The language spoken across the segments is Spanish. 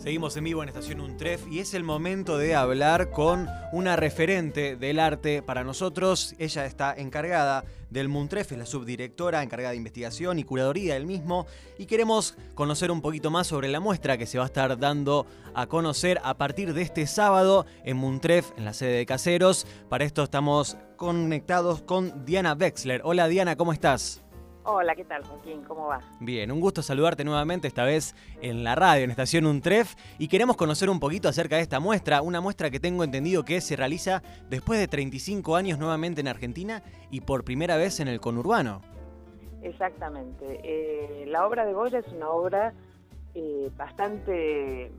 Seguimos en vivo en Estación Untref y es el momento de hablar con una referente del arte para nosotros. Ella está encargada del Muntref, es la subdirectora encargada de investigación y curaduría del mismo, y queremos conocer un poquito más sobre la muestra que se va a estar dando a conocer a partir de este sábado en Muntref, en la sede de Caseros. Para esto estamos conectados con Diana Wexler. Hola Diana, ¿cómo estás? Hola, ¿qué tal, Joaquín? ¿Cómo va? Bien, un gusto saludarte nuevamente, esta vez en la radio, en Estación Untref, y queremos conocer un poquito acerca de esta muestra, una muestra que tengo entendido que se realiza después de 35 años nuevamente en Argentina y por primera vez en el conurbano. Exactamente. La obra de Goya es una obra bastante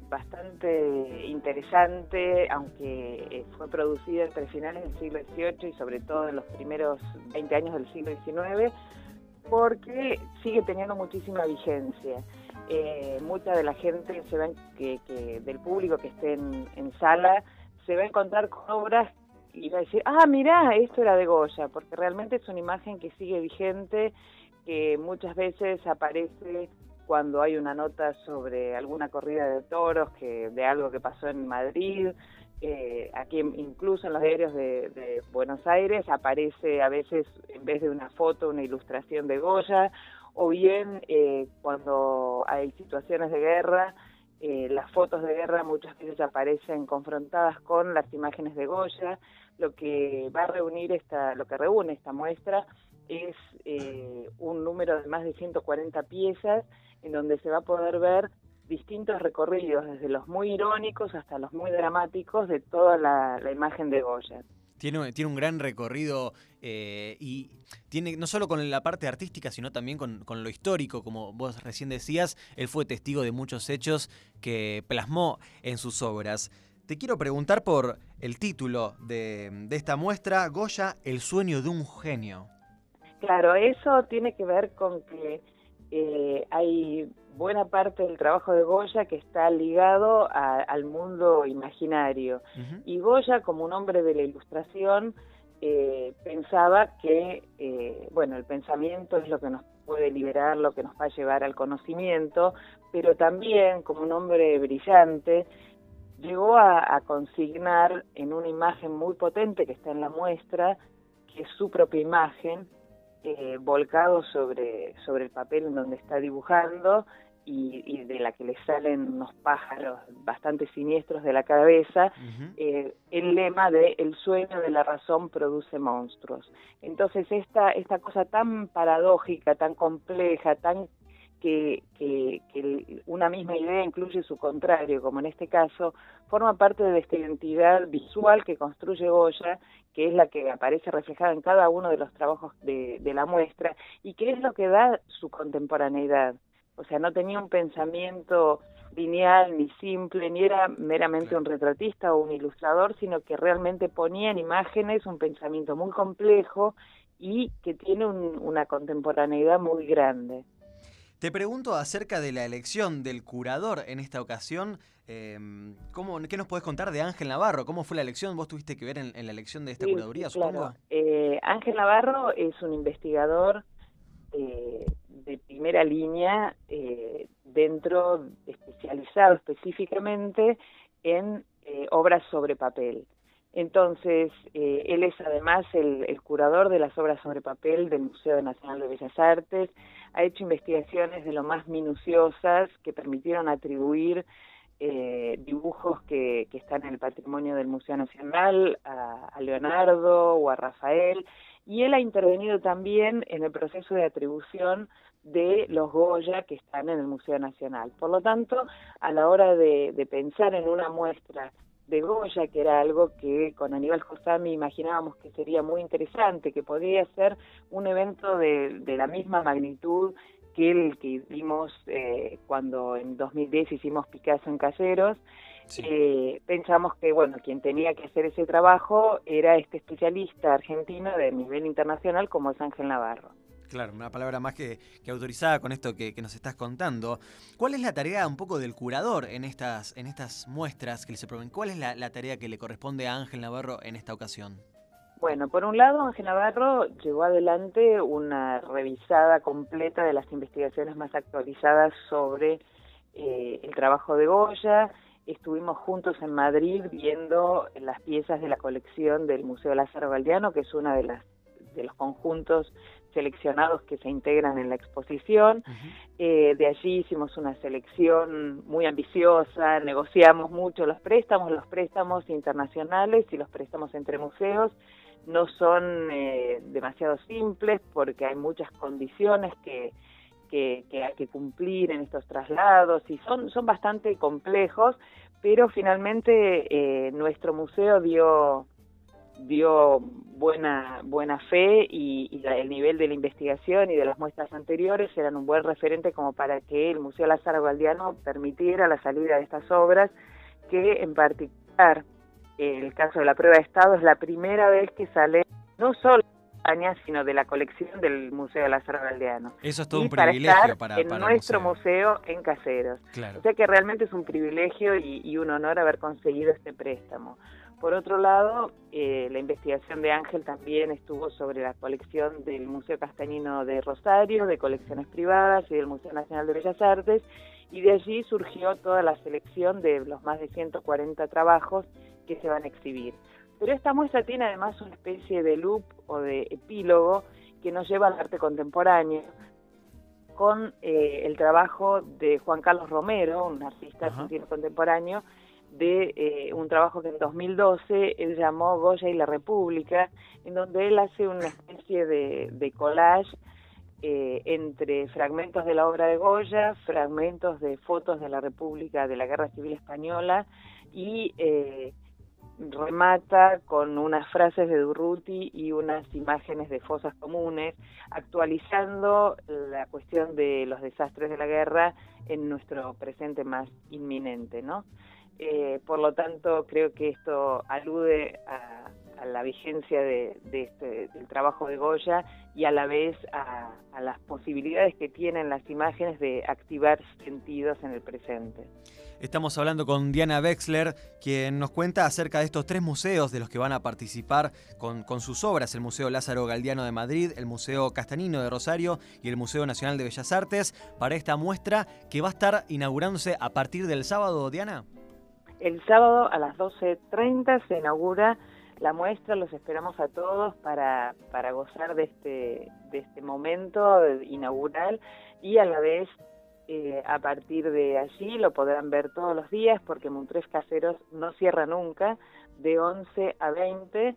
interesante, aunque fue producida entre finales del siglo XVIII y sobre todo en los primeros 20 años del siglo XIX, porque sigue teniendo muchísima vigencia. Mucha de la gente del público que esté en sala se va a encontrar con obras y va a decir, mirá, esto era de Goya, porque realmente es una imagen que sigue vigente, que muchas veces aparece cuando hay una nota sobre alguna corrida de toros, de algo que pasó en Madrid. Aquí incluso en los diarios de Buenos Aires aparece a veces, en vez de una foto, una ilustración de Goya, o bien cuando hay situaciones de guerra, las fotos de guerra muchas veces aparecen confrontadas con las imágenes de Goya. Lo que reúne esta muestra es un número de más de 140 piezas en donde se va a poder ver distintos recorridos, desde los muy irónicos hasta los muy dramáticos de toda la imagen de Goya. Tiene un gran recorrido y tiene no solo con la parte artística, sino también con lo histórico, como vos recién decías. Él fue testigo de muchos hechos que plasmó en sus obras. Te quiero preguntar por el título de esta muestra, Goya, el sueño de un genio. Claro, eso tiene que ver con que hay buena parte del trabajo de Goya que está ligado al mundo imaginario. Uh-huh. Y Goya, como un hombre de la ilustración, pensaba que el pensamiento es lo que nos puede liberar, lo que nos va a llevar al conocimiento, pero también, como un hombre brillante, llegó a consignar en una imagen muy potente que está en la muestra, que es su propia imagen, volcado sobre el papel en donde está dibujando y de la que le salen unos pájaros bastante siniestros de la cabeza. Uh-huh. El lema de el sueño de la razón produce monstruos. Entonces esta cosa tan paradójica, tan compleja, que una misma idea incluye su contrario, como en este caso, forma parte de esta identidad visual que construye Goya, que es la que aparece reflejada en cada uno de los trabajos de la muestra, y que es lo que da su contemporaneidad. O sea, no tenía un pensamiento lineal ni simple, ni era meramente un retratista o un ilustrador, sino que realmente ponía en imágenes un pensamiento muy complejo y que tiene una contemporaneidad muy grande. Te pregunto acerca de la elección del curador en esta ocasión. ¿Qué nos podés contar de Ángel Navarro? ¿Cómo fue la elección? ¿Vos tuviste que ver en la elección de esta curaduría, claro. supongo? Ángel Navarro es un investigador de primera línea, especializado específicamente en obras sobre papel. Entonces, él es además el curador de las obras sobre papel del Museo Nacional de Bellas Artes. Ha hecho investigaciones de lo más minuciosas que permitieron atribuir dibujos que están en el patrimonio del Museo Nacional a Leonardo o a Rafael, y él ha intervenido también en el proceso de atribución de los Goya que están en el Museo Nacional. Por lo tanto, a la hora de pensar en una muestra de Goya, que era algo que con Aníbal Josami imaginábamos que sería muy interesante, que podría ser un evento de la misma magnitud que el que vimos cuando en 2010 hicimos Picasso en Caseros. Sí. Pensamos que quien tenía que hacer ese trabajo era este especialista argentino de nivel internacional como es Ángel Navarro. Claro, una palabra más que autorizada con esto que nos estás contando. ¿Cuál es la tarea un poco del curador en estas muestras que se proponen? ¿Cuál es la tarea que le corresponde a Ángel Navarro en esta ocasión? Bueno, por un lado, Ángel Navarro llevó adelante una revisada completa de las investigaciones más actualizadas sobre el trabajo de Goya. Estuvimos juntos en Madrid viendo las piezas de la colección del Museo Lázaro Galdiano, que es una de los conjuntos seleccionados que se integran en la exposición. De allí hicimos una selección muy ambiciosa, negociamos mucho los préstamos internacionales y los préstamos entre museos no son demasiado simples porque hay muchas condiciones que hay que cumplir en estos traslados y son bastante complejos, pero finalmente nuestro museo dio buena fe y el nivel de la investigación y de las muestras anteriores eran un buen referente como para que el Museo Lázaro Galdiano permitiera la salida de estas obras, que en particular el caso de la prueba de estado es la primera vez que sale no solo sino de la colección del Museo Lázaro Galdiano. Eso es todo un privilegio para nuestro museo en Caseros. Claro. O sea que realmente es un privilegio y un honor haber conseguido este préstamo. Por otro lado, la investigación de Ángel también estuvo sobre la colección del Museo Castanino de Rosario, de colecciones privadas y del Museo Nacional de Bellas Artes, y de allí surgió toda la selección de los más de 140 trabajos que se van a exhibir. Pero esta muestra tiene además una especie de loop o de epílogo que nos lleva al arte contemporáneo, con el trabajo de Juan Carlos Romero, un artista argentino contemporáneo, de un trabajo que en 2012 él llamó Goya y la República, en donde él hace una especie de collage entre fragmentos de la obra de Goya, fragmentos de fotos de la República de la Guerra Civil Española y remata con unas frases de Durruti y unas imágenes de fosas comunes, actualizando la cuestión de los desastres de la guerra en nuestro presente más inminente, ¿no? Por lo tanto, creo que esto alude a la vigencia del trabajo de Goya y a la vez a las posibilidades que tienen las imágenes de activar sentidos en el presente. Estamos hablando con Diana Wexler, quien nos cuenta acerca de estos 3 museos de los que van a participar con sus obras: el Museo Lázaro Galdiano de Madrid, el Museo Castanino de Rosario y el Museo Nacional de Bellas Artes, para esta muestra que va a estar inaugurándose a partir del sábado, Diana. El sábado a las 12:30 se inaugura la muestra. Los esperamos a todos para gozar de este momento inaugural y a la vez a partir de allí lo podrán ver todos los días, porque Muntref Caseros no cierra nunca, de 11 a 20,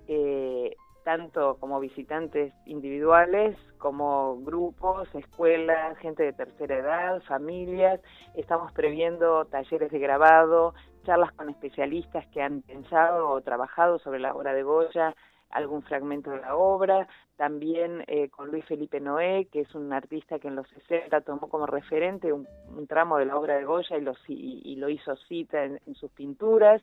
tanto como visitantes individuales, como grupos, escuelas, gente de tercera edad, familias. Estamos previendo talleres de grabado, charlas con especialistas que han pensado o trabajado sobre la obra de Goya, algún fragmento de la obra, también con Luis Felipe Noé, que es un artista que en los 60 tomó como referente un tramo de la obra de Goya y lo hizo cita en sus pinturas.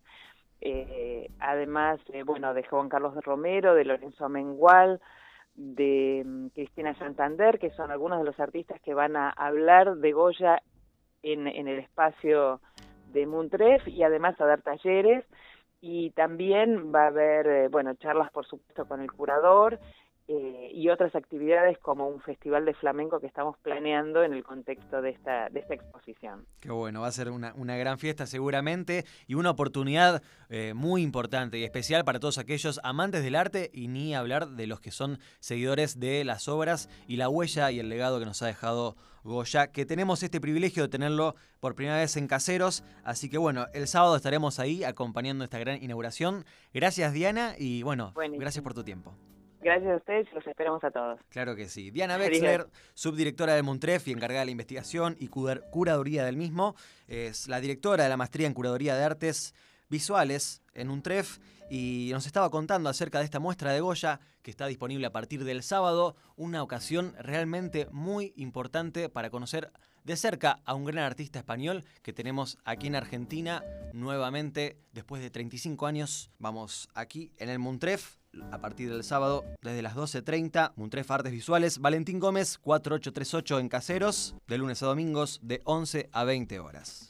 Además, de Juan Carlos de Romero, de Lorenzo Amengual, de Cristina Santander, que son algunos de los artistas que van a hablar de Goya en el espacio de Muntref, y además a dar talleres. Y también va a haber, charlas, por supuesto, con el curador y otras actividades como un festival de flamenco que estamos planeando en el contexto de esta exposición. Qué bueno, va a ser una gran fiesta seguramente y una oportunidad muy importante y especial para todos aquellos amantes del arte, y ni hablar de los que son seguidores de las obras y la huella y el legado que nos ha dejado Goya, que tenemos este privilegio de tenerlo por primera vez en Caseros. Así que el sábado estaremos ahí acompañando esta gran inauguración. Gracias, Diana, y Buenísimo. Gracias por tu tiempo. Gracias a ustedes y los esperamos a todos. Claro que sí. Diana Wexler, subdirectora de Muntref y encargada de la investigación y curaduría del mismo, es la directora de la maestría en curaduría de artes visuales en Muntref, y nos estaba contando acerca de esta muestra de Goya que está disponible a partir del sábado, una ocasión realmente muy importante para conocer de cerca a un gran artista español que tenemos aquí en Argentina nuevamente después de 35 años. Vamos aquí en el Muntref a partir del sábado desde las 12:30, Muntref Artes Visuales, Valentín Gómez, 4838 en Caseros, de lunes a domingos de 11 a 20 horas.